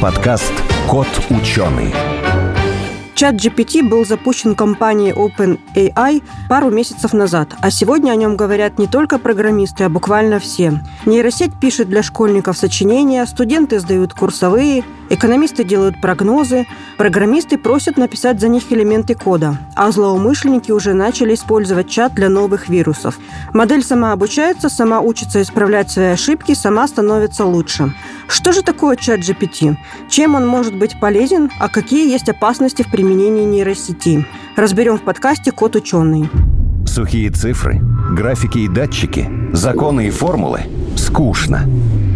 подкаст «Кот ученый». ChatGPT был запущен компанией OpenAI пару месяцев назад, а сегодня о нем говорят не только программисты, а буквально все. Нейросеть пишет для школьников сочинения, студенты сдают курсовые, экономисты делают прогнозы, программисты просят написать за них элементы кода, а злоумышленники уже начали использовать чат для новых вирусов. Модель сама обучается, сама учится исправлять свои ошибки, сама становится лучше. Что же такое ChatGPT? Чем он может быть полезен, а какие есть опасности в применении нейросети? Разберем в подкасте «Кот ученый». Сухие цифры, графики и датчики, законы и формулы – скучно.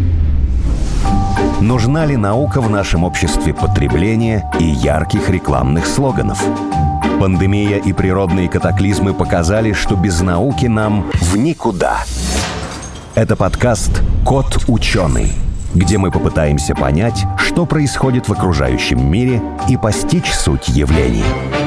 Нужна ли наука в нашем обществе потребления и ярких рекламных слоганов? Пандемия и природные катаклизмы показали, что без науки нам в никуда. Это подкаст «Кот ученый», где мы попытаемся понять, что происходит в окружающем мире и постичь суть явлений.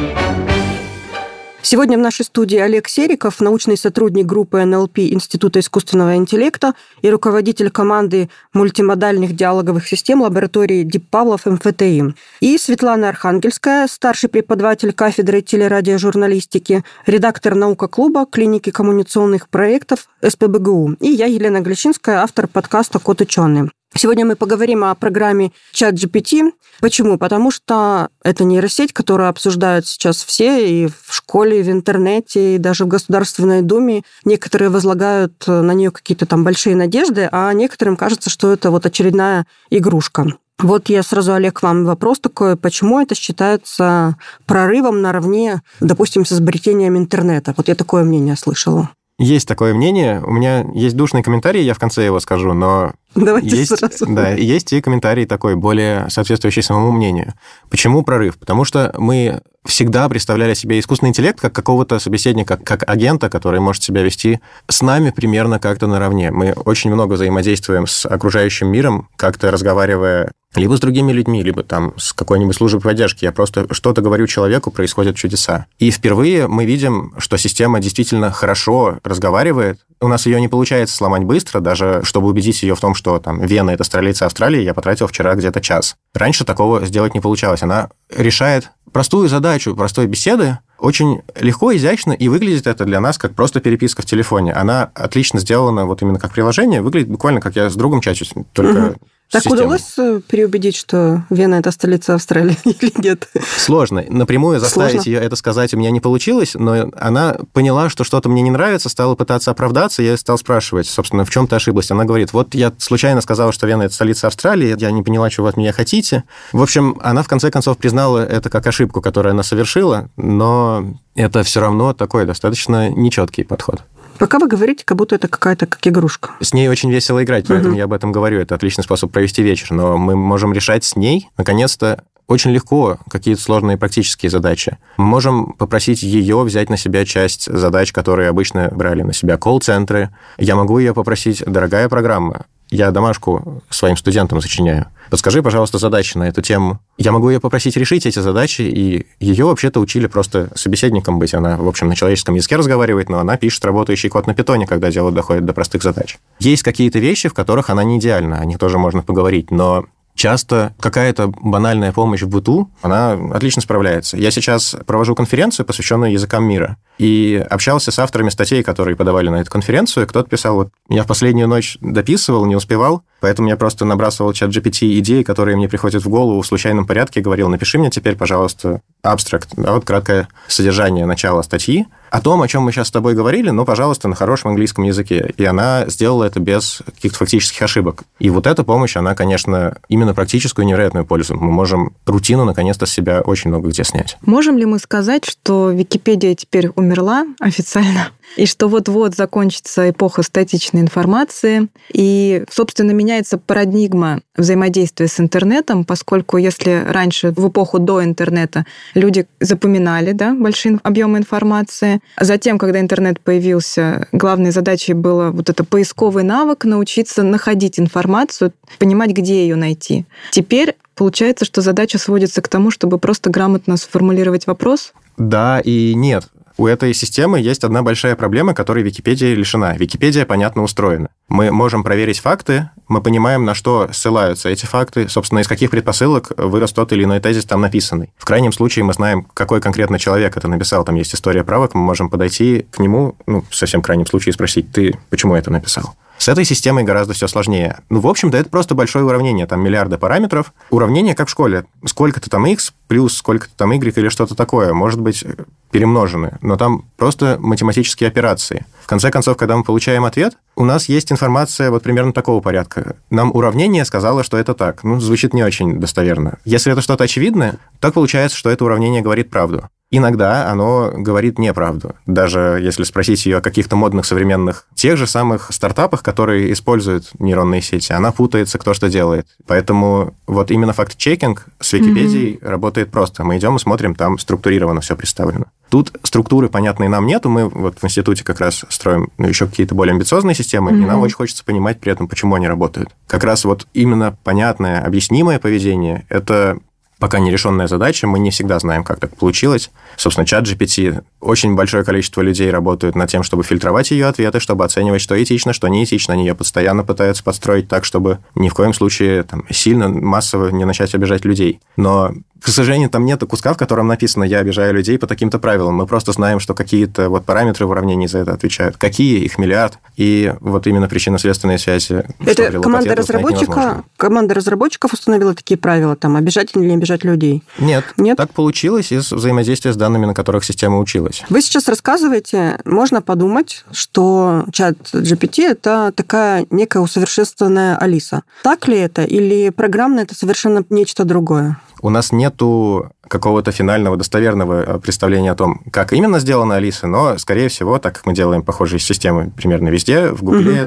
Сегодня в нашей студии Олег Сериков, научный сотрудник группы НЛП Института искусственного интеллекта и руководитель команды мультимодальных диалоговых систем лаборатории Диппавлов МФТИ. И Светлана Архангельская, старший преподаватель кафедры телерадиожурналистики, редактор наука-клуба клиники коммуникационных проектов СПбГУ. И я, Елена Глещинская, автор подкаста «Кот ученый». Сегодня мы поговорим о программе ChatGPT. Почему? Потому что это нейросеть, которую обсуждают сейчас все и в школе, и в интернете, и даже в Государственной Думе. Некоторые возлагают на нее какие-то там большие надежды, а некоторым кажется, что это вот очередная игрушка. Вот я сразу, Олег, к вам вопрос такой. Почему это считается прорывом наравне, допустим, с изобретением интернета? Вот я такое мнение слышала. Есть такое мнение. У меня есть душный комментарий, я в конце его скажу, но есть и комментарий такой, более соответствующий самому мнению. Почему прорыв? Потому что мы всегда представляли себе искусственный интеллект как какого-то собеседника, как агента, который может себя вести с нами примерно как-то наравне. Мы очень много взаимодействуем с окружающим миром, как-то разговаривая либо с другими людьми, либо там с какой-нибудь службой поддержки. Я просто что-то говорю человеку, происходят чудеса. И впервые мы видим, что система действительно хорошо разговаривает. У нас ее не получается сломать быстро, даже чтобы убедить ее в том, что там Вена – это столица Австралии, я потратил вчера где-то час. Раньше такого сделать не получалось. Она решает простую задачу простой беседы очень легко, изящно, и выглядит это для нас как просто переписка в телефоне. Она отлично сделана вот именно как приложение, выглядит буквально как я с другом чачусь, только... Так удалось переубедить, что Вена – это столица Австралии или нет? Сложно. Напрямую заставить ее это сказать у меня не получилось, но она поняла, что что-то мне не нравится, стала пытаться оправдаться, я стал спрашивать, собственно, в чем ты ошиблась. Она говорит, вот я случайно сказала, что Вена – это столица Австралии, я не поняла, чего вы от меня хотите. В общем, она в конце концов признала это как ошибку, которую она совершила, но это все равно такой достаточно нечеткий подход. Пока вы говорите, как будто это какая-то как игрушка. С ней очень весело играть, поэтому я об этом говорю. Это отличный способ провести вечер, но мы можем решать с ней, наконец-то, очень легко какие-то сложные практические задачи. Мы можем попросить ее взять на себя часть задач, которые обычно брали на себя колл-центры. Я могу ее попросить, дорогая программа, я домашку своим студентам сочиняю. Подскажи, пожалуйста, задачи на эту тему. Я могу ее попросить решить эти задачи, и ее вообще-то учили просто собеседником быть. Она, в общем, на человеческом языке разговаривает, но она пишет работающий код на питоне, когда дело доходит до простых задач. Есть какие-то вещи, в которых она не идеальна, о них тоже можно поговорить, но часто какая-то банальная помощь в быту, она отлично справляется. Я сейчас провожу конференцию, посвященную языкам мира, и общался с авторами статей, которые подавали на эту конференцию. Кто-то писал, вот я в последнюю ночь дописывал, не успевал, поэтому я просто набрасывал ChatGPT идеи, которые мне приходят в голову в случайном порядке, говорил, напиши мне теперь, пожалуйста, абстракт, а вот краткое содержание начала статьи, о том, о чем мы сейчас с тобой говорили, но, пожалуйста, на хорошем английском языке. И она сделала это без каких-то фактических ошибок. И вот эта помощь, она, конечно, именно практическую невероятную пользу. Мы можем рутину, наконец-то, с себя очень много где снять. Можем ли мы сказать, что Википедия теперь умерла официально? И что вот-вот закончится эпоха статичной информации, и, собственно, меняется парадигма взаимодействия с интернетом, поскольку если раньше, в эпоху до интернета, люди запоминали большие объемы информации, а затем, когда интернет появился, главной задачей было вот это поисковый навык, научиться находить информацию, понимать, где ее найти. Теперь получается, что задача сводится к тому, чтобы просто грамотно сформулировать вопрос? Да и нет. у этой системы есть одна большая проблема, которой Википедия лишена. Википедия, понятно, устроена. Мы можем проверить факты, мы понимаем, на что ссылаются эти факты, собственно, из каких предпосылок вырос тот или иной тезис там написанный. В крайнем случае мы знаем, какой конкретно человек это написал, там есть история правок, мы можем подойти к нему, в совсем крайнем случае спросить, ты почему это написал? С этой системой гораздо все сложнее. В общем-то, это просто большое уравнение, там миллиарды параметров. Уравнение, как в школе. Сколько-то там x плюс сколько-то там y или что-то такое, может быть перемножены, но там просто математические операции. В конце концов, когда мы получаем ответ, у нас есть информация вот примерно такого порядка. Нам уравнение сказало, что это так. Звучит не очень достоверно. Если это что-то очевидное, так получается, что это уравнение говорит правду. Иногда оно говорит неправду. Даже если спросить ее о каких-то модных современных, тех же самых стартапах, которые используют нейронные сети, она путается, кто что делает. Поэтому вот именно факт-чекинг с Википедией работает просто. Мы идем и смотрим, там структурированно все представлено. Тут структуры, понятной нам нету. Мы вот в институте как раз строим еще какие-то более амбициозные системы, и нам очень хочется понимать при этом, почему они работают. Как раз вот именно понятное, объяснимое поведение – это пока нерешенная задача, мы не всегда знаем, как так получилось. Собственно, ChatGPT, очень большое количество людей работают над тем, чтобы фильтровать ее ответы, чтобы оценивать, что этично, что неэтично. Они ее постоянно пытаются подстроить так, чтобы ни в коем случае сильно, массово не начать обижать людей. Но, к сожалению, там нет куска, в котором написано «я обижаю людей по таким-то правилам». Мы просто знаем, что какие-то параметры в уравнении за это отвечают. Какие? Их миллиард. И вот именно причинно-следственные связи. Это команда разработчиков установила такие правила, обижать или не обижать людей? Нет. Так получилось из взаимодействия с данными, на которых система училась. Вы сейчас рассказываете, можно подумать, что ChatGPT – это такая некая усовершенствованная Алиса. Так ли это? Или программно это совершенно нечто другое? У нас нету какого-то финального, достоверного представления о том, как именно сделана Алиса, но, скорее всего, так как мы делаем похожие системы примерно везде, в Гугле,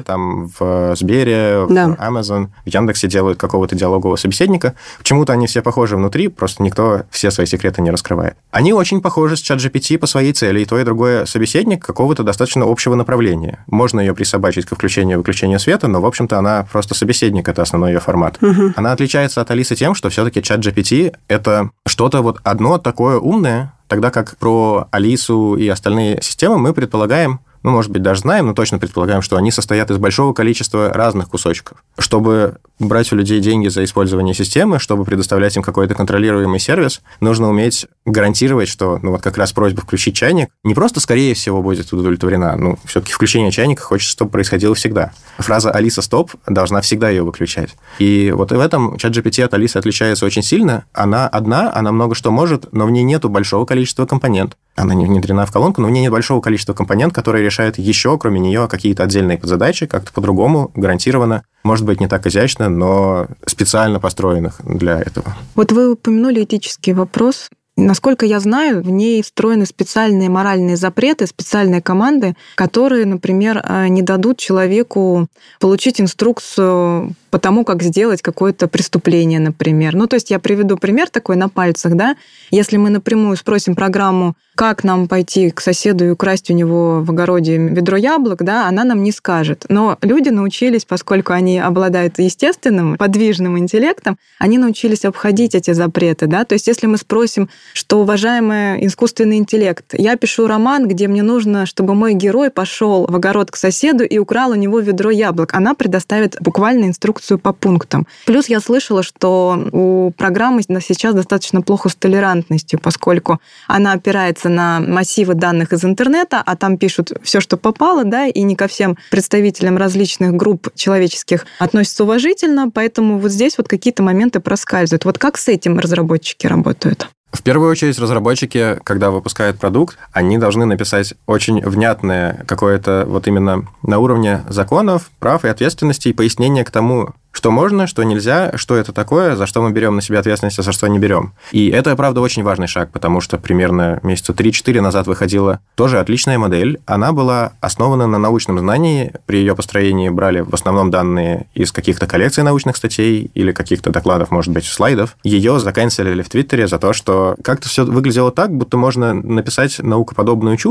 в Сбере, в Amazon, в Яндексе делают какого-то диалогового собеседника. Почему-то они все похожи внутри, просто никто все свои секреты не раскрывает. Они очень похожи с ChatGPT по своей цели, и то, и другое собеседник какого-то достаточно общего направления. Можно ее присобачить к включению и выключению света, но, в общем-то, она просто собеседник, это основной ее формат. Она отличается от Алисы тем, что все-таки ChatGPT – это что-то одно такое умное, тогда как про Алису и остальные системы мы предполагаем, может быть, даже знаем, но точно предполагаем, что они состоят из большого количества разных кусочков. Чтобы брать у людей деньги за использование системы, чтобы предоставлять им какой-то контролируемый сервис, нужно уметь гарантировать, что как раз просьба включить чайник не просто, скорее всего, будет удовлетворена, все-таки включение чайника хочется, чтобы происходило всегда. Фраза «Алиса, стоп» должна всегда ее выключать. И вот в этом ChatGPT от Алисы отличается очень сильно. Она одна, она много что может, но в ней нету большого количества компонентов. Она не внедрена в колонку, но в ней нет большого количества компонентов, которые решают еще, кроме нее, какие-то отдельные подзадачи, как-то по-другому, гарантированно. Может быть, не так изящно, но специально построенных для этого. Вот вы упомянули этический вопрос. Насколько я знаю, в ней встроены специальные моральные запреты, специальные команды, которые, например, не дадут человеку получить инструкцию по тому, как сделать какое-то преступление, например. То есть я приведу пример такой на пальцах, да. Если мы напрямую спросим программу, как нам пойти к соседу и украсть у него в огороде ведро яблок, да, она нам не скажет. Но люди научились, поскольку они обладают естественным, подвижным интеллектом, они научились обходить эти запреты, да. То есть если мы спросим, что, уважаемый искусственный интеллект, я пишу роман, где мне нужно, чтобы мой герой пошел в огород к соседу и украл у него ведро яблок, она предоставит буквально инструкцию по пунктам. Плюс я слышала, что у программы сейчас достаточно плохо с толерантностью, поскольку она опирается на массивы данных из интернета, а там пишут все, что попало, да, и не ко всем представителям различных групп человеческих относятся уважительно, поэтому вот здесь вот какие-то моменты проскальзывают. Вот как с этим разработчики работают? В первую очередь, разработчики, когда выпускают продукт, они должны написать очень внятное какое-то именно на уровне законов, прав и ответственности и пояснение к тому, что можно, что нельзя, что это такое, за что мы берем на себя ответственность, а за что не берем. И это, правда, очень важный шаг, потому что примерно месяца 3-4 назад выходила тоже отличная модель. Она была основана на научном знании. При ее построении брали в основном данные из каких-то коллекций научных статей или каких-то докладов, может быть, слайдов. Ее заканцелили в Твиттере за то, что как-то все выглядело так, будто можно написать наукоподобную чушь,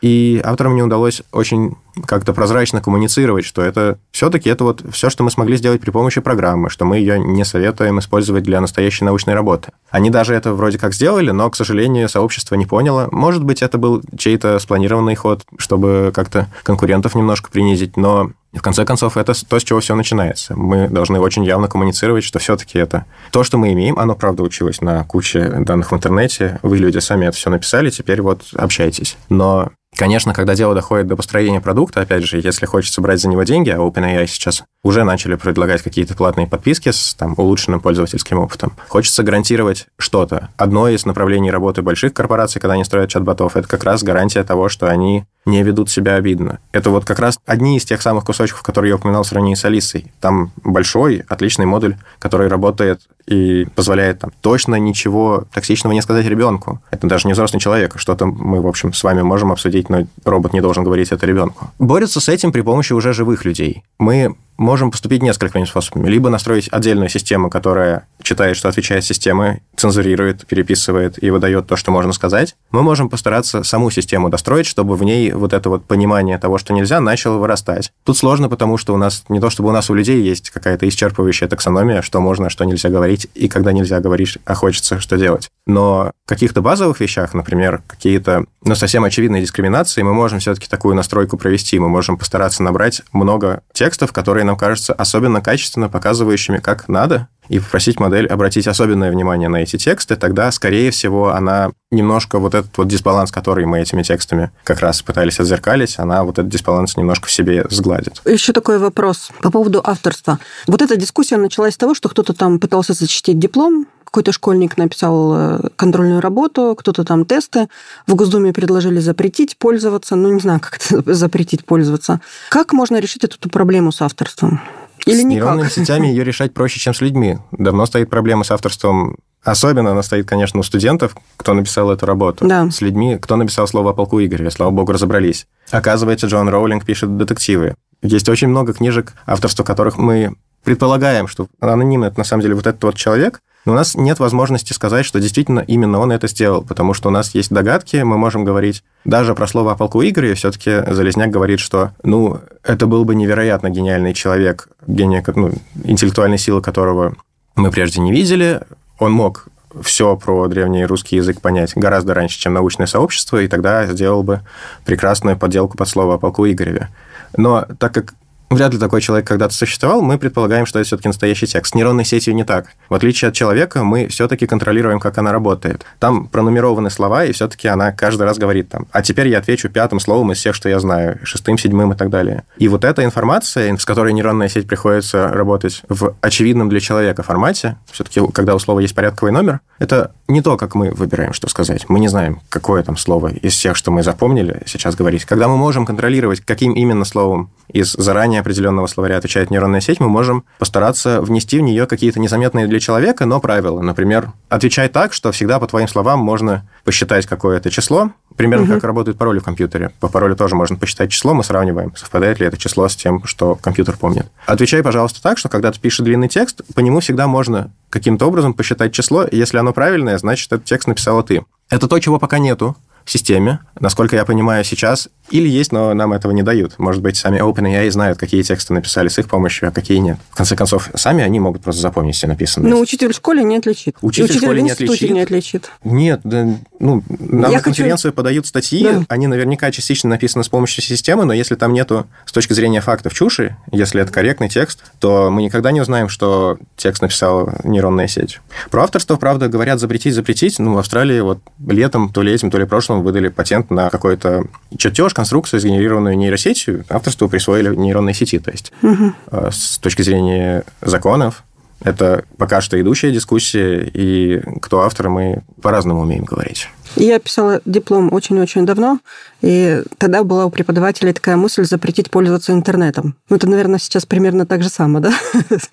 И авторам не удалось очень как-то прозрачно коммуницировать, что это все-таки это вот все, что мы смогли сделать при помощи программы, что мы ее не советуем использовать для настоящей научной работы. Они даже это вроде как сделали, но, к сожалению, сообщество не поняло. Может быть, это был чей-то спланированный ход, чтобы как-то конкурентов немножко принизить, но в конце концов, это то, с чего все начинается. Мы должны очень явно коммуницировать, что все-таки это то, что мы имеем, оно, правда, училось на куче данных в интернете. Вы, люди, сами это все написали, теперь вот общайтесь. Но, конечно, когда дело доходит до построения продукта, опять же, если хочется брать за него деньги, а OpenAI сейчас уже начали предлагать какие-то платные подписки с улучшенным пользовательским опытом, хочется гарантировать что-то. Одно из направлений работы больших корпораций, когда они строят чат-ботов, это как раз гарантия того, что они не ведут себя обидно. Это вот как раз одни из тех самых кусочков, которые я упоминал в сравнении с Алисой. Там большой, отличный модуль, который работает и позволяет точно ничего токсичного не сказать ребенку. Это даже не взрослый человек. Что-то мы, в общем, с вами можем обсудить, но робот не должен говорить это ребенку. Борются с этим при помощи уже живых людей. Мы можем поступить несколькими способами. Либо настроить отдельную систему, которая читает, что отвечает система, цензурирует, переписывает и выдает то, что можно сказать. Мы можем постараться саму систему достроить, чтобы в ней вот это вот понимание того, что нельзя, начало вырастать. Тут сложно, потому что у нас не то, чтобы у нас у людей есть какая-то исчерпывающая таксономия, что можно, что нельзя говорить, и когда нельзя говорить, а хочется, что делать. Но в каких-то базовых вещах, например, какие-то совсем очевидные дискриминации, мы можем все-таки такую настройку провести. Мы можем постараться набрать много текстов, которые нам кажутся особенно качественно показывающими, как надо, и попросить модель обратить особенное внимание на эти тексты, тогда, скорее всего, она немножко вот этот вот дисбаланс, который мы этими текстами как раз пытались отзеркалить, она вот этот дисбаланс немножко в себе сгладит. Еще такой вопрос по поводу авторства. Вот эта дискуссия началась с того, что кто-то там пытался защитить диплом, какой-то школьник написал контрольную работу, кто-то там тесты. В Госдуме предложили запретить пользоваться. Не знаю, как это запретить пользоваться. Как можно решить эту проблему с авторством? Или с никак? Нейронными сетями ее решать проще, чем с людьми. Давно стоит проблема с авторством. Особенно она стоит, конечно, у студентов, кто написал эту работу. Да. С людьми, кто написал «Слово о полку Игореве». Слава богу, разобрались. Оказывается, Джоан Роулинг пишет детективы. Есть очень много книжек, авторство которых мы предполагаем, что анонимно это на самом деле вот этот вот человек, но у нас нет возможности сказать, что действительно именно он это сделал, потому что у нас есть догадки, мы можем говорить даже про «Слово о полку Игореве», все-таки Залезняк говорит, что, это был бы невероятно гениальный человек, гений, интеллектуальной силы которого мы прежде не видели, он мог все про древний русский язык понять гораздо раньше, чем научное сообщество, и тогда сделал бы прекрасную подделку под «Слово о полку Игореве». Но так как вряд ли такой человек когда-то существовал, мы предполагаем, что это все-таки настоящий текст. С нейронной сетью не так. В отличие от человека, мы все-таки контролируем, как она работает. Там пронумерованы слова, и все-таки она каждый раз говорит а теперь я отвечу 5-м словом из всех, что я знаю, 6-м, 7-м и так далее. И вот эта информация, с которой нейронная сеть приходится работать в очевидном для человека формате, все-таки, когда у слова есть порядковый номер, это не то, как мы выбираем, что сказать. Мы не знаем, какое там слово из всех, что мы запомнили, сейчас говорить. Когда мы можем контролировать, каким именно словом из заранее определенного словаря отвечает нейронная сеть, мы можем постараться внести в нее какие-то незаметные для человека, но правила. Например, отвечай так, что всегда по твоим словам можно посчитать какое-то число, примерно как работают пароли в компьютере. По паролю тоже можно посчитать число, мы сравниваем, совпадает ли это число с тем, что компьютер помнит. Отвечай, пожалуйста, так, что когда ты пишешь длинный текст, по нему всегда можно каким-то образом посчитать число, и если оно правильное, значит, этот текст написала ты. Это то, чего пока нету в системе, насколько я понимаю сейчас, или есть, но нам этого не дают. Может быть, сами OpenAI знают, какие тексты написали с их помощью, а какие нет. В конце концов, сами они могут просто запомнить все написанное. Но учитель в школе не отличит. Учитель в школе в институте не отличит. Нет, нам на конференцию подают статьи, они наверняка частично написаны с помощью системы, но если там нету с точки зрения фактов чуши, если это корректный текст, то мы никогда не узнаем, что текст написала нейронная сеть. Про авторство, правда, говорят запретить. В Австралии вот летом, то ли этим, то ли прошлым, выдали патент на какой-то чертеж, конструкцию, сгенерированную нейросетью. Авторство присвоили нейронной сети. То есть с точки зрения законов, это пока что идущая дискуссия, и кто автор, мы по-разному умеем говорить. Я писала диплом очень-очень давно, и тогда была у преподавателя такая мысль запретить пользоваться интернетом. Это, наверное, сейчас примерно так же самое, да?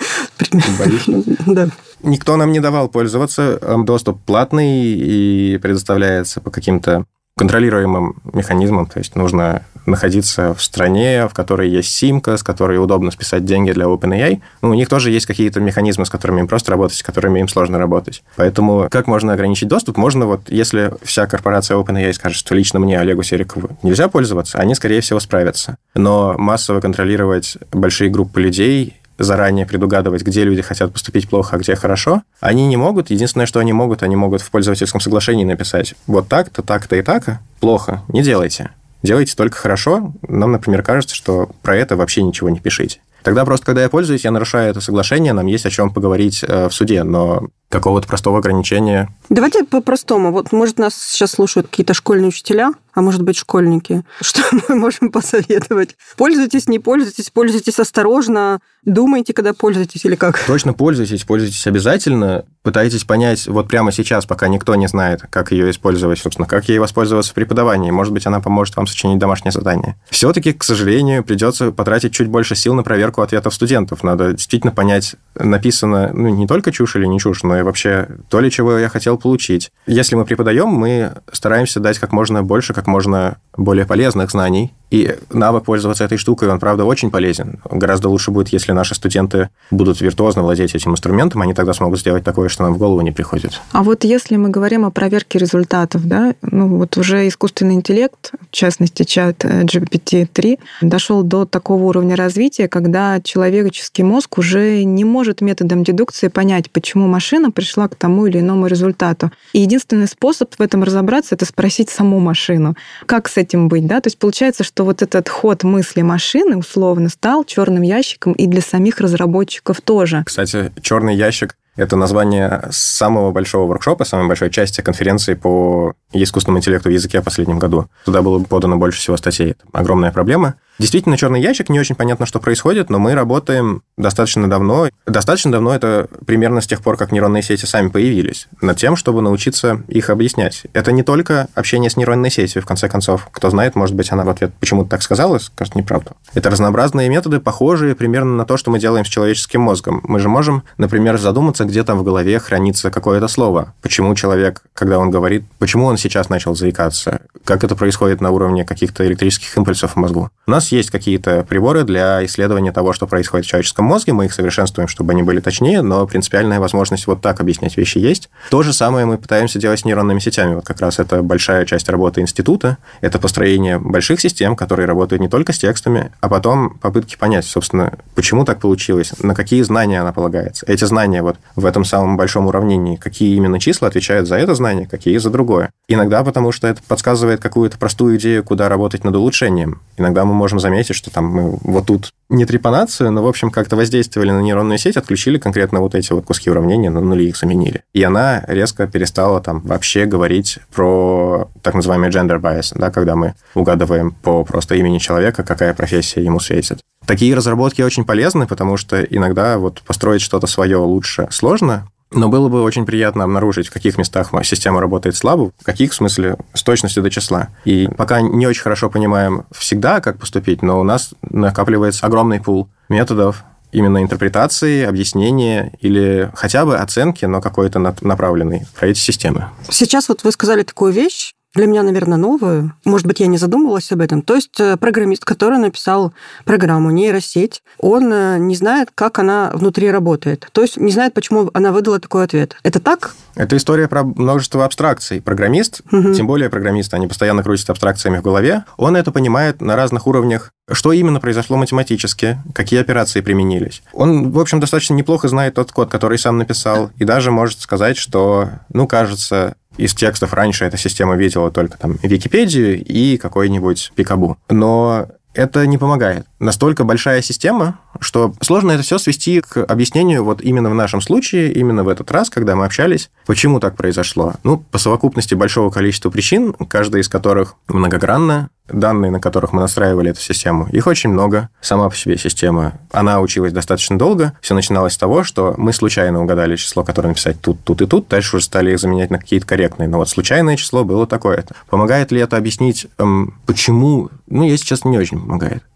Боюсь. Да. Никто нам не давал пользоваться. Доступ платный и предоставляется по каким-то контролируемым механизмом, то есть нужно находиться в стране, в которой есть симка, с которой удобно списать деньги для OpenAI. У них тоже есть какие-то механизмы, с которыми им просто работать, с которыми им сложно работать. Поэтому как можно ограничить доступ? Можно если вся корпорация OpenAI скажет, что лично мне, Олегу Серикову, нельзя пользоваться, они, скорее всего, справятся. Но массово контролировать большие группы людей, заранее предугадывать, где люди хотят поступить плохо, а где хорошо, они не могут. Единственное, что они могут в пользовательском соглашении написать: вот так-то, так-то и так, плохо, не делайте. Делайте только хорошо. Нам, например, кажется, что про это вообще ничего не пишите. Тогда просто, когда я пользуюсь, я нарушаю это соглашение, нам есть о чем поговорить в суде, но какого-то простого ограничения... Давайте по-простому. Может, нас сейчас слушают какие-то школьные учителя, а может быть, школьники. Что мы можем посоветовать? Пользуйтесь, не пользуйтесь, пользуйтесь осторожно, думайте, когда пользуетесь или как? Точно пользуйтесь обязательно. Пытайтесь понять прямо сейчас, пока никто не знает, как ее использовать, собственно, как ей воспользоваться в преподавании. Может быть, она поможет вам сочинить домашнее задание. Все-таки, к сожалению, придется потратить чуть больше сил на проверку ответов студентов. Надо действительно понять, написано не только чушь или не чушь, но и вообще то ли, чего я хотел получить. Если мы преподаем, мы стараемся дать как можно больше, как можно более полезных знаний. И навык пользоваться этой штукой, он, правда, очень полезен. Гораздо лучше будет, если наши студенты будут виртуозно владеть этим инструментом, они тогда смогут сделать такое, что нам в голову не приходит. А если мы говорим о проверке результатов, уже искусственный интеллект, в частности, чат GPT-3, дошел до такого уровня развития, когда человеческий мозг уже не может методом дедукции понять, почему машина пришла к тому или иному результату. И единственный способ в этом разобраться — это спросить саму машину, как с этим быть, То есть получается, что этот ход мысли машины условно стал черным ящиком и для самих разработчиков тоже. Кстати, черный ящик — это название самого большого воркшопа, самой большой части конференции по искусственному интеллекту в языке в последнем году. Туда было подано больше всего статей. Это огромная проблема. Действительно, черный ящик, не очень понятно, что происходит, но мы работаем достаточно давно. Достаточно давно — это примерно с тех пор, как нейронные сети сами появились, над тем, чтобы научиться их объяснять. Это не только общение с нейронной сетью, в конце концов. Кто знает, может быть, она в ответ почему-то так сказала, скажет неправду. Это разнообразные методы, похожие примерно на то, что мы делаем с человеческим мозгом. Мы же можем, например, задуматься, где там в голове хранится какое-то слово. Почему человек, когда он говорит, почему он сейчас начал заикаться? Как это происходит на уровне каких-то электрических импульсов в мозгу? У нас есть какие-то приборы для исследования того, что происходит в человеческом мозге. Мы их совершенствуем, чтобы они были точнее, но принципиальная возможность так объяснять вещи есть. То же самое мы пытаемся делать с нейронными сетями. Как раз это большая часть работы института. Это построение больших систем, которые работают не только с текстами, а потом попытки понять, собственно, почему так получилось, на какие знания она полагается. Эти знания в этом самом большом уравнении, какие именно числа отвечают за это знание, какие за другое. Иногда потому, что это подсказывает какую-то простую идею, куда работать над улучшением. Иногда мы можем заметить, что мы тут не трепанацию, но, в общем, как-то воздействовали на нейронную сеть, отключили конкретно эти куски уравнения, на нули их заменили. И она резко перестала вообще говорить про так называемый gender bias, когда мы угадываем по просто имени человека, какая профессия ему светит. Такие разработки очень полезны, потому что иногда построить что-то свое лучше сложно, но было бы очень приятно обнаружить, в каких местах система работает слабо, в каких, в смысле, с точностью до числа. И пока не очень хорошо понимаем всегда, как поступить, но у нас накапливается огромный пул методов именно интерпретации, объяснения или хотя бы оценки, но какой-то направленной про эти системы. Сейчас вы сказали такую вещь, для меня, наверное, новую. Может быть, я не задумывалась об этом. То есть программист, который написал программу, нейросеть, он не знает, как она внутри работает. То есть не знает, почему она выдала такой ответ. Это так? Это история про множество абстракций. Программист, тем более программист, они постоянно крутят абстракциями в голове, он это понимает на разных уровнях, что именно произошло математически, какие операции применились. Он, в общем, достаточно неплохо знает тот код, который сам написал, и даже может сказать, что, кажется, из текстов раньше эта система видела только Википедию и какой-нибудь Пикабу. Но это не помогает. Настолько большая система, что сложно это все свести к объяснению именно в нашем случае, именно в этот раз, когда мы общались, почему так произошло. По совокупности большого количества причин, каждая из которых многогранна, данные, на которых мы настраивали эту систему, их очень много. Сама по себе система, она училась достаточно долго. Все начиналось с того, что мы случайно угадали число, которое написать тут, тут и тут. Дальше уже стали их заменять на какие-то корректные. Но случайное число было такое-то. Помогает ли это объяснить, почему? Я сейчас не очень помогает.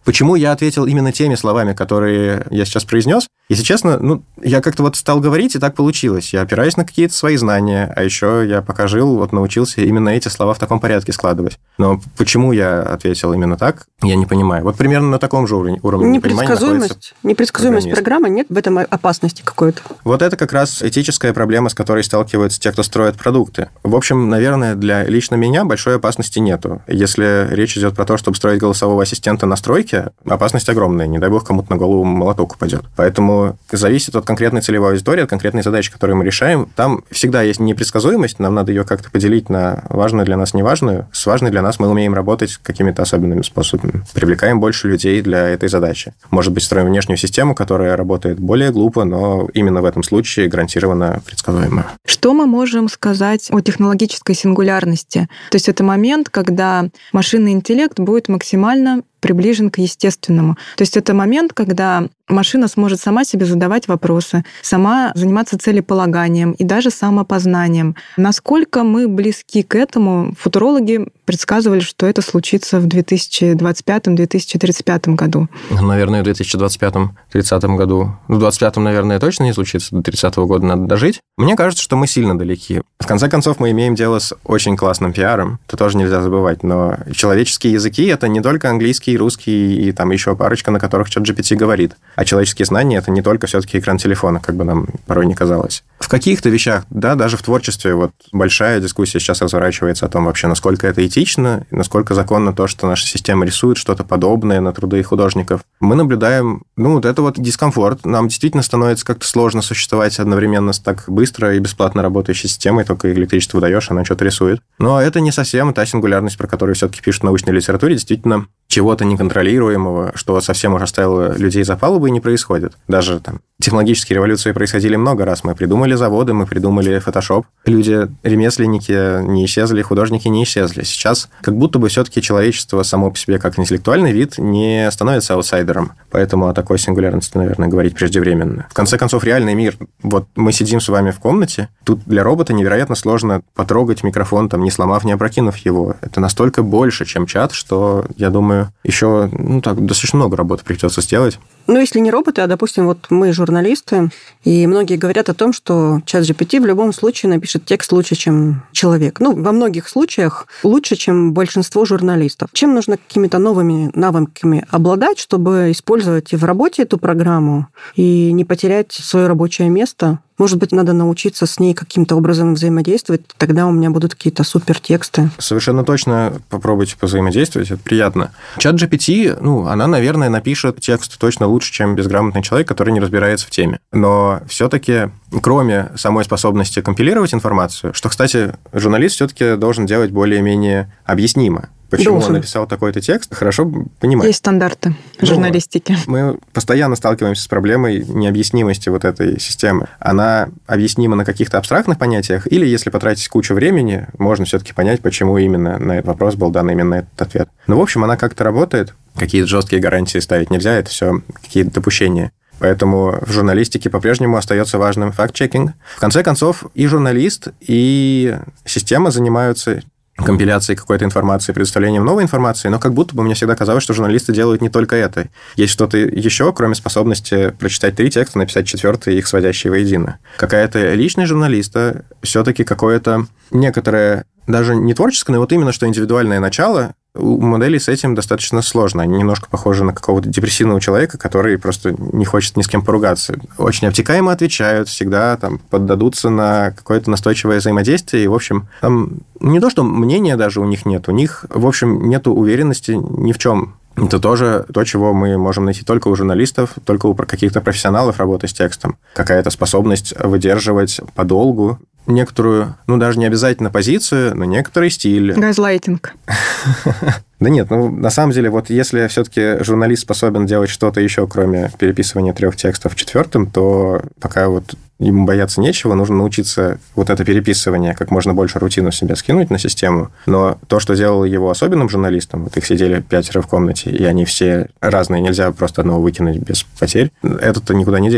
Почему я ответил именно теми словами, которые я сейчас произнес? Если честно, я как-то стал говорить, и так получилось. Я опираюсь на какие-то свои знания, а еще я пока жил, научился именно эти слова в таком порядке складывать. Но почему я ответил именно так, я не понимаю. Примерно на таком же уровне непредсказуемость программы, нет в этом опасности какой-то? Это как раз этическая проблема, с которой сталкиваются те, кто строит продукты. В общем, наверное, для лично меня большой опасности нету. Если речь идет про то, чтобы строить голосового ассистента на стройке, опасность огромная. Не дай бог, кому-то на голову молоток упадет. Поэтому зависит от конкретной целевой аудитории, от конкретной задачи, которую мы решаем. Там всегда есть непредсказуемость, нам надо ее как-то поделить на важную для нас, неважную. С важной для нас мы умеем работать какими-то особенными способами. Привлекаем больше людей для этой задачи. Может быть, строим внешнюю систему, которая работает более глупо, но именно в этом случае гарантированно предсказуемо. Что мы можем сказать о технологической сингулярности? То есть это момент, когда машинный интеллект будет максимально приближен к естественному. То есть это момент, когда машина сможет сама себе задавать вопросы, сама заниматься целеполаганием и даже самопознанием. Насколько мы близки к этому? Футурологи предсказывали, что это случится в 2025-2035 году. Наверное, в 2025-2030 году. В 2025, наверное, точно не случится. До 30 года надо дожить. Мне кажется, что мы сильно далеки. В конце концов, мы имеем дело с очень классным пиаром. Это тоже нельзя забывать. Но человеческие языки — это не только английский, русский и там еще парочка, на которых ChatGPT говорит. А человеческие знания — это не только все-таки экран телефона, как бы нам порой не казалось. В каких-то вещах, да, даже в творчестве большая дискуссия сейчас разворачивается о том вообще, насколько это этично, насколько законно то, что наша система рисует что-то подобное на труды художников. Мы наблюдаем, это дискомфорт. Нам действительно становится как-то сложно существовать одновременно с так быстро и бесплатно работающей системой, только электричество даешь, она что-то рисует. Но это не совсем та сингулярность, про которую все-таки пишут в научной литературе, действительно чего-то неконтролируемого, что совсем уже оставило людей за палубой, не происходит. Даже технологические революции происходили много раз. Мы придумали заводы, мы придумали Photoshop. Люди, ремесленники не исчезли, художники не исчезли. Сейчас как будто бы все-таки человечество само по себе как интеллектуальный вид не становится аутсайдером. Поэтому о такой сингулярности, наверное, говорить преждевременно. В конце концов, реальный мир. Мы сидим с вами в комнате. Тут для робота невероятно сложно потрогать микрофон, не сломав, не опрокинув его. Это настолько больше, чем чат, что, я думаю, еще достаточно много работы придется сделать. Если не роботы, а, допустим, мы журналисты, и многие говорят о том, что ChatGPT в любом случае напишет текст лучше, чем человек. Во многих случаях лучше, чем большинство журналистов. Чем нужно какими-то новыми навыками обладать, чтобы использовать и в работе эту программу, и не потерять свое рабочее место? Может быть, надо научиться с ней каким-то образом взаимодействовать, тогда у меня будут какие-то супертексты. Совершенно точно попробуйте взаимодействовать, это приятно. ChatGPT, она, наверное, напишет текст точно лучше, чем безграмотный человек, который не разбирается в теме. Но все-таки, кроме самой способности компилировать информацию, что, кстати, журналист все-таки должен делать более-менее объяснимо. Почему он написал такой-то текст, хорошо понимать. Есть стандарты журналистики. Мы постоянно сталкиваемся с проблемой необъяснимости этой системы. Она объяснима на каких-то абстрактных понятиях, или если потратить кучу времени, можно все-таки понять, почему именно на этот вопрос был дан именно этот ответ. В общем, она как-то работает. Какие-то жесткие гарантии ставить нельзя, это все какие-то допущения. Поэтому в журналистике по-прежнему остается важным факт-чекинг. В конце концов, и журналист, и система занимаются компиляцией какой-то информации, предоставлением новой информации, но как будто бы мне всегда казалось, что журналисты делают не только это. Есть что-то еще, кроме способности прочитать 3 текста, написать 4-й, их сводящий воедино. Какая-то личность журналиста, все-таки какое-то некоторое, даже не творческое, но именно что индивидуальное начало. У моделей с этим достаточно сложно. Они немножко похожи на какого-то депрессивного человека, который просто не хочет ни с кем поругаться. Очень обтекаемо отвечают, всегда поддадутся на какое-то настойчивое взаимодействие. И, в общем, не то, что мнения даже у них нет. У них, в общем, нет уверенности ни в чем. Это тоже то, чего мы можем найти только у журналистов, только у каких-то профессионалов работы с текстом. Какая-то способность выдерживать подолгу некоторую, даже не обязательно позицию, но некоторый стиль. Газлайтинг. Да нет, на самом деле, если все-таки журналист способен делать что-то еще, кроме переписывания 3 текстов 4-м, то пока ему бояться нечего, нужно научиться это переписывание, как можно больше рутину в себя скинуть на систему. Но то, что делало его особенным журналистом, их сидели 5 в комнате, и они все разные, нельзя просто одного выкинуть без потерь, это-то никуда не делось.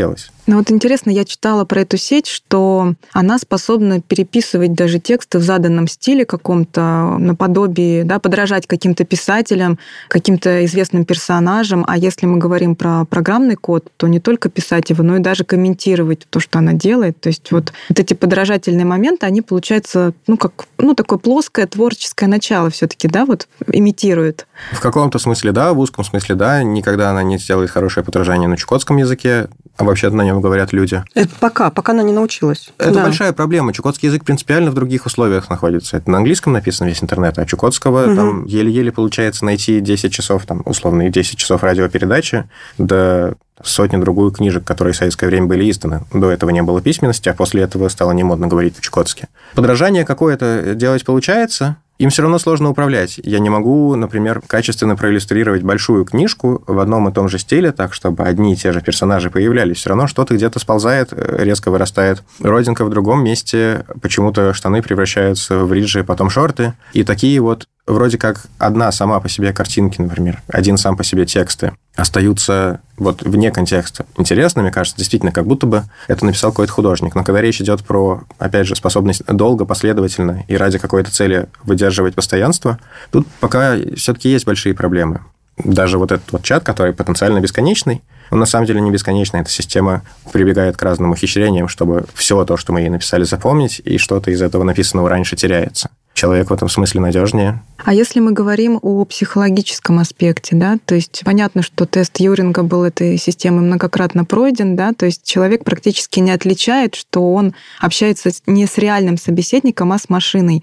Ну вот интересно, я читала про эту сеть, что она способна переписывать даже тексты в заданном стиле каком-то, наподобие, да, подражать каким-то писателям, каким-то известным персонажам. А если мы говорим про программный код, то не только писать его, но и даже комментировать то, что она делает. То есть вот эти подражательные моменты, они, получается, такое плоское творческое начало все-таки, да, вот имитирует. В каком-то смысле да, в узком смысле да. Никогда она не сделает хорошее подражание на чукотском языке, а вообще-то на нем говорят люди. Это пока она не научилась. Это большая проблема. Чукотский язык принципиально в других условиях находится. Это на английском написан весь интернет, а чукотского там еле-еле получается найти 10 часов, там, условные 10 часов радиопередачи, да сотни-другую книжек, которые в советское время были изданы. До этого не было письменности, а после этого стало немодно говорить по-чукотски. Подражание какое-то делать получается, им все равно сложно управлять. Я не могу, например, качественно проиллюстрировать большую книжку в одном и том же стиле, так, чтобы одни и те же персонажи появлялись. Все равно что-то где-то сползает, резко вырастает. Родинка в другом месте, почему-то штаны превращаются в риджи, потом шорты. И такие вот вроде как одна сама по себе картинки, например, один сам по себе тексты остаются вот вне контекста. Интересно, мне кажется, действительно, как будто бы это написал какой-то художник. Но когда речь идет про, опять же, способность долго, последовательно и ради какой-то цели выдерживать постоянство, тут пока все-таки есть большие проблемы. Даже вот этот вот чат, который потенциально бесконечный, он на самом деле не бесконечный. Эта система прибегает к разным ухищрениям, чтобы все то, что мы ей написали, запомнить, и что-то из этого написанного раньше теряется. Человек в этом смысле надежнее. А если мы говорим о психологическом аспекте, да, то есть понятно, что тест Тьюринга был этой системой многократно пройден, да, то есть человек практически не отличает, что он общается не с реальным собеседником, а с машиной.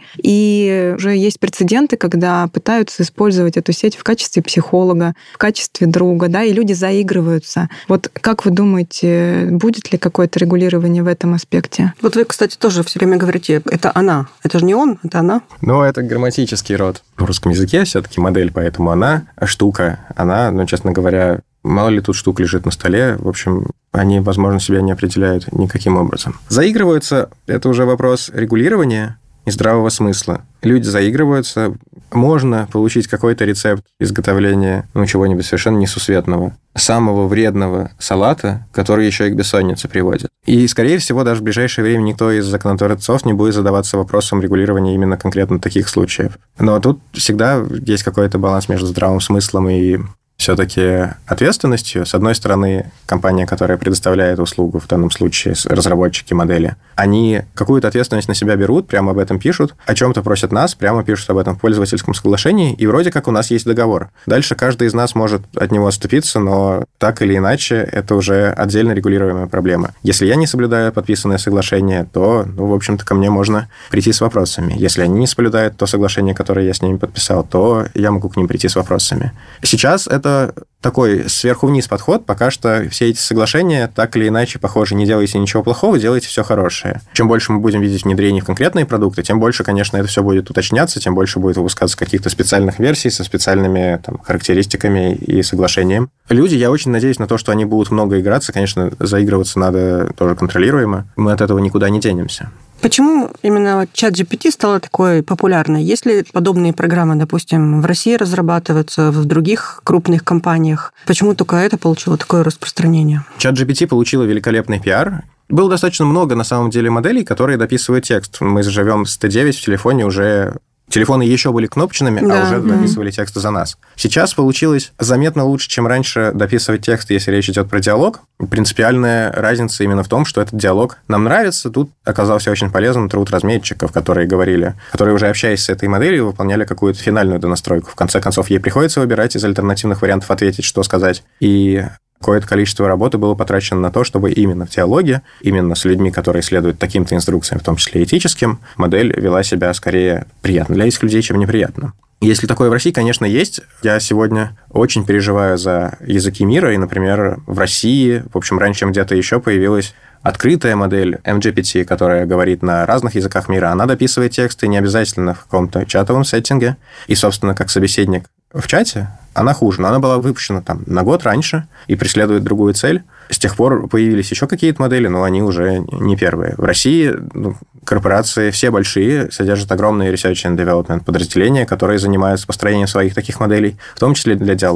И уже есть прецеденты, когда пытаются использовать эту сеть в качестве психолога, в качестве друга, да, и люди заигрываются. Вот как вы думаете, будет ли какое-то регулирование в этом аспекте? Вот вы, кстати, тоже все время говорите, это она, это же не он, это она. Но это грамматический род. В русском языке все-таки модель, поэтому она штука. Она, честно говоря, мало ли тут штук лежит на столе. В общем, они, возможно, себя не определяют никаким образом. Заигрываются – это уже вопрос регулирования и здравого смысла. Люди заигрываются. Можно получить какой-то рецепт изготовления чего-нибудь совершенно несусветного, самого вредного салата, который еще и к бессоннице приводит. И, скорее всего, даже в ближайшее время никто из законотворцов не будет задаваться вопросом регулирования именно конкретно таких случаев. Но тут всегда есть какой-то баланс между здравым смыслом и все-таки ответственностью. С одной стороны, компания, которая предоставляет услугу, в данном случае разработчики модели, они какую-то ответственность на себя берут, прямо об этом пишут, о чем-то просят нас, прямо пишут об этом в пользовательском соглашении, и вроде как у нас есть договор. Дальше каждый из нас может от него отступиться, но так или иначе это уже отдельно регулируемая проблема. Если я не соблюдаю подписанное соглашение, то, в общем-то, ко мне можно прийти с вопросами. Если они не соблюдают то соглашение, которое я с ними подписал, то я могу к ним прийти с вопросами. Сейчас это такой сверху вниз подход. Пока что все эти соглашения так или иначе похожи. Не делайте ничего плохого, делайте все хорошее. Чем больше мы будем видеть внедрений в конкретные продукты, тем больше, конечно, это все будет уточняться, тем больше будет выпускаться каких-то специальных версий со специальными характеристиками и соглашением. Люди, я очень надеюсь на то, что они будут много играться. Конечно, заигрываться надо тоже контролируемо. Мы от этого никуда не денемся. Почему именно ChatGPT стала такой популярной? Если подобные программы, допустим, в России разрабатываются, в других крупных компаниях, почему только это получило такое распространение? ChatGPT получила великолепный пиар. Было достаточно много, на самом деле, моделей, которые дописывают текст. Мы живем с T9 в телефоне уже... Телефоны еще были кнопочными, а уже дописывали тексты за нас. Сейчас получилось заметно лучше, чем раньше дописывать текст, если речь идет про диалог. Принципиальная разница именно в том, что этот диалог нам нравится. Тут оказался очень полезным труд разметчиков, которые уже общаясь с этой моделью, выполняли какую-то финальную донастройку. В конце концов, ей приходится выбирать из альтернативных вариантов ответить, что сказать. И какое-то количество работы было потрачено на то, чтобы именно в диалоге, именно с людьми, которые следуют таким-то инструкциям, в том числе этическим, модель вела себя скорее приятно для этих людей, чем неприятно. Если такое в России, конечно, есть. Я сегодня очень переживаю за языки мира, и, например, в России, в общем, раньше, чем где-то еще, появилась открытая модель MGPT, которая говорит на разных языках мира. Она дописывает тексты не обязательно в каком-то чатовом сеттинге, и, собственно, как собеседник в чате, она хуже, но она была выпущена на год раньше и преследует другую цель. С тех пор появились еще какие-то модели, но они уже не первые. В России корпорации все большие содержат огромные research and development подразделения, которые занимаются построением своих таких моделей, в том числе для диалогов.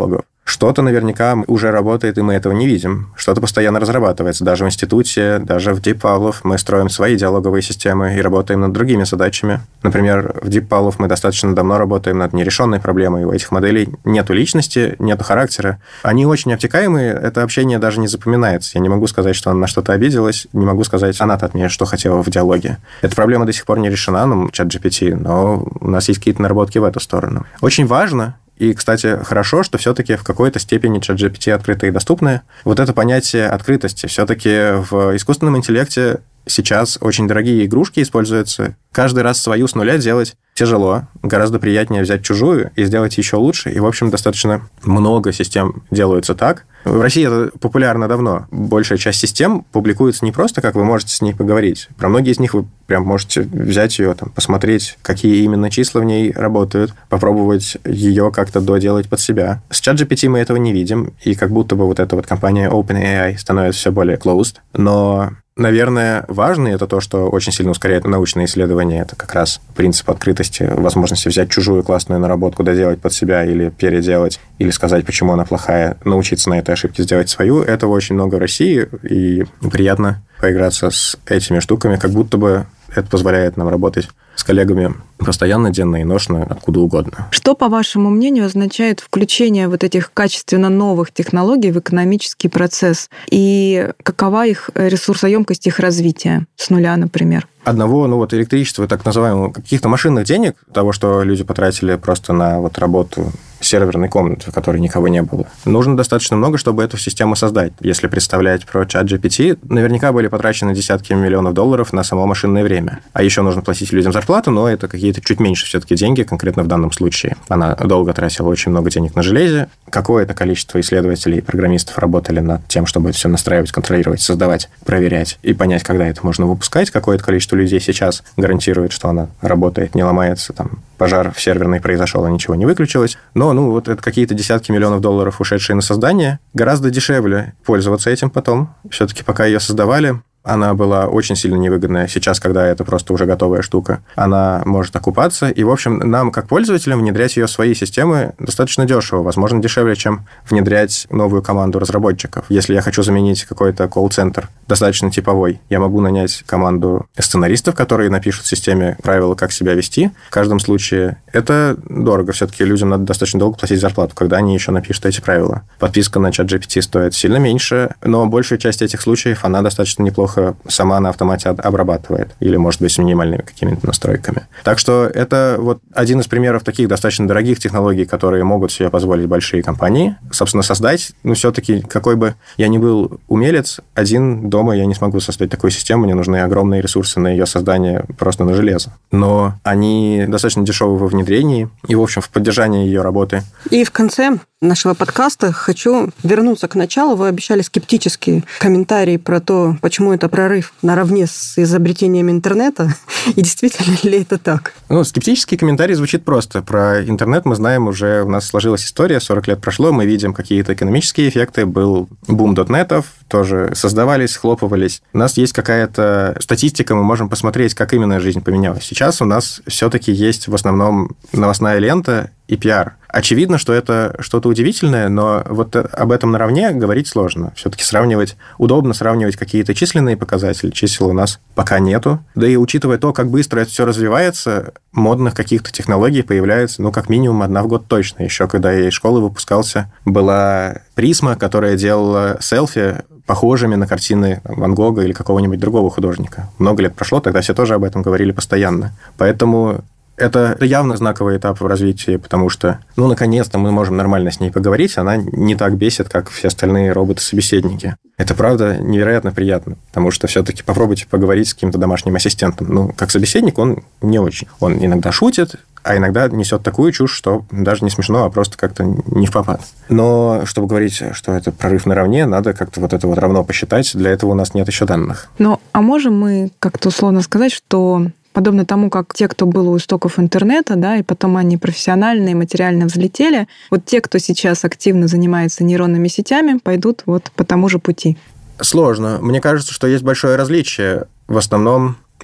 Что-то наверняка уже работает, и мы этого не видим. Что-то постоянно разрабатывается. Даже в институте, даже в Deep Pavlov мы строим свои диалоговые системы и работаем над другими задачами. Например, в Deep Pavlov мы достаточно давно работаем над нерешенной проблемой. У этих моделей нету личности, нету характера. Они очень обтекаемые, это общение даже не запоминается. Я не могу сказать, что она на что-то обиделась, не могу сказать, она-то от меня что хотела в диалоге. Эта проблема до сих пор не решена, ChatGPT, но у нас есть какие-то наработки в эту сторону. Очень важно. И, кстати, хорошо, что все-таки в какой-то степени ChatGPT открытые и доступные. Вот это понятие открытости. Все-таки в искусственном интеллекте сейчас очень дорогие игрушки используются. Каждый раз свою с нуля делать тяжело. Гораздо приятнее взять чужую и сделать еще лучше. И, в общем, достаточно много систем делаются так. В России это популярно давно. Большая часть систем публикуется не просто, как вы можете с ней поговорить. Про многие из них вы прям можете взять ее, посмотреть, какие именно числа в ней работают, попробовать ее как-то доделать под себя. С ChatGPT мы этого не видим, и как будто бы вот эта вот компания OpenAI становится все более closed. Но, наверное, важно это то, что очень сильно ускоряет научные исследования. Это как раз принцип открытости, возможности взять чужую классную наработку, доделать под себя или переделать, или сказать, почему она плохая, научиться на этой ошибке сделать свою. Этого очень много в России, и приятно поиграться с этими штуками, как будто бы это позволяет нам работать с коллегами постоянно, денно и ношно, откуда угодно. Что, по вашему мнению, означает включение вот этих качественно новых технологий в экономический процесс? И какова их ресурсоемкость, их развития с нуля, например? Одного, электричества, так называемого, каких-то машинных денег, того, что люди потратили просто на работу серверной комнаты, в которой никого не было, нужно достаточно много, чтобы эту систему создать. Если представлять про ChatGPT, наверняка были потрачены десятки миллионов долларов на само машинное время. А еще нужно платить людям зарплату, но это какие-то чуть меньше все-таки деньги, конкретно в данном случае. Она долго тратила очень много денег на железе. Какое-то количество исследователей и программистов работали над тем, чтобы это все настраивать, контролировать, создавать, проверять и понять, когда это можно выпускать. Какое-то количество людей сейчас гарантирует, что она работает, не ломается, пожар в серверной произошел, а ничего не выключилось. Но, это какие-то десятки миллионов долларов, ушедшие на создание. Гораздо дешевле пользоваться этим потом. Все-таки пока ее создавали, она была очень сильно невыгодная. Сейчас, когда это просто уже готовая штука, она может окупаться. И, в общем, нам, как пользователям, внедрять ее в свои системы достаточно дешево. Возможно, дешевле, чем внедрять новую команду разработчиков. Если я хочу заменить какой-то колл-центр, достаточно типовой, я могу нанять команду сценаристов, которые напишут в системе правила, как себя вести. В каждом случае это дорого. Все-таки людям надо достаточно долго платить зарплату, когда они еще напишут эти правила. Подписка на ChatGPT стоит сильно меньше, но большая часть этих случаев, она достаточно неплохо сама на автомате обрабатывает. Или, может быть, с минимальными какими-то настройками. Так что это один из примеров таких достаточно дорогих технологий, которые могут себе позволить большие компании. Собственно, создать, все-таки, какой бы я ни был умелец, один дома я не смогу создать такую систему. Мне нужны огромные ресурсы на ее создание просто на железо. Но они достаточно дешевы во внедрении и, в общем, в поддержании ее работы. И в конце нашего подкаста хочу вернуться к началу. Вы обещали скептические комментарии про то, почему это прорыв наравне с изобретением интернета. И действительно ли это так? Скептический комментарий звучит просто. Про интернет мы знаем уже, у нас сложилась история, 40 лет прошло, мы видим какие-то экономические эффекты. Был бум дотнетов, тоже создавались, схлопывались. У нас есть какая-то статистика, мы можем посмотреть, как именно жизнь поменялась. Сейчас у нас все-таки есть в основном новостная лента и пиар. Очевидно, что это что-то удивительное, но об этом наравне говорить сложно. Все-таки удобно сравнивать какие-то численные показатели. Чисел у нас пока нету. Да и учитывая то, как быстро это все развивается, модных каких-то технологий появляется, как минимум одна в год точно. Еще когда я из школы выпускался, была Призма, которая делала селфи похожими на картины Ван Гога или какого-нибудь другого художника. Много лет прошло, тогда все тоже об этом говорили постоянно. Поэтому это явно знаковый этап в развитии, потому что, наконец-то мы можем нормально с ней поговорить, она не так бесит, как все остальные роботы-собеседники. Это, правда, невероятно приятно, потому что все-таки попробуйте поговорить с каким-то домашним ассистентом. Как собеседник он не очень. Он иногда шутит, а иногда несет такую чушь, что даже не смешно, а просто как-то не впопад. Но чтобы говорить, что это прорыв наравне, надо как-то это равно посчитать. Для этого у нас нет еще данных. А можем мы как-то условно сказать, что подобно тому, как те, кто был у истоков интернета, и потом они профессионально и материально взлетели, те, кто сейчас активно занимается нейронными сетями, пойдут по тому же пути? Сложно. Мне кажется, что есть большое различие. В основном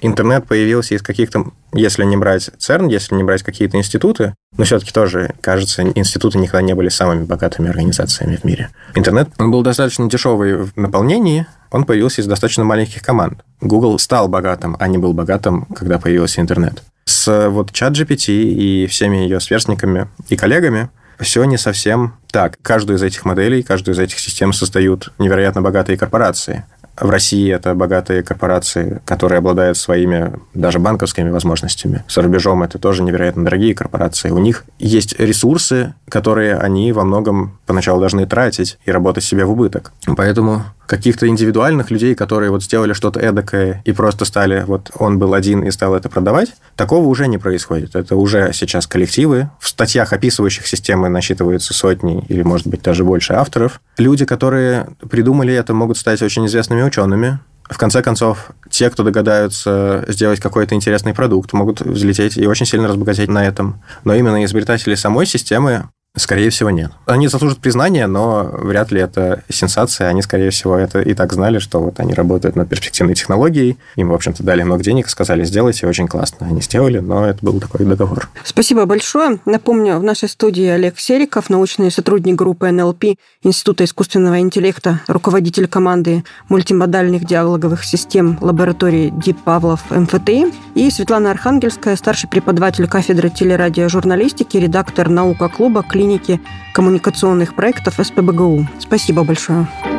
интернет появился из каких-то, если не брать ЦЕРН, если не брать какие-то институты, но все-таки тоже, кажется, институты никогда не были самыми богатыми организациями в мире. Интернет, он был достаточно дешевый в наполнении, он появился из достаточно маленьких команд. Google стал богатым, а не был богатым, когда появился интернет. С ChatGPT и всеми ее сверстниками и коллегами все не совсем так. Каждую из этих моделей, каждую из этих систем создают невероятно богатые корпорации. В России это богатые корпорации, которые обладают своими даже банковскими возможностями. За рубежом это тоже невероятно дорогие корпорации. У них есть ресурсы, которые они во многом поначалу должны тратить и работать себе в убыток. Поэтому каких-то индивидуальных людей, которые вот сделали что-то эдакое и просто стали, вот он был один и стал это продавать, такого уже не происходит. Это уже сейчас коллективы. В статьях, описывающих системы, насчитываются сотни или, может быть, даже больше авторов. Люди, которые придумали это, могут стать очень известными учеными. В конце концов, те, кто догадаются сделать какой-то интересный продукт, могут взлететь и очень сильно разбогатеть на этом. Но именно изобретатели самой системы, скорее всего, нет. Они заслужат признания, но вряд ли это сенсация. Они, скорее всего, это и так знали, что вот они работают над перспективной технологией. Им, в общем-то, дали много денег, сказали, сделайте, очень классно. Они сделали, но это был такой договор. Спасибо большое. Напомню, в нашей студии Олег Сериков, научный сотрудник группы НЛП Института искусственного интеллекта, руководитель команды мультимодальных диалоговых систем лаборатории Дипавлов МФТИ, и Светлана Архангельская, старший преподаватель кафедры телерадиожурналистики, редактор наука-клуба клиники коммуникационных проектов СПбГУ. Спасибо большое.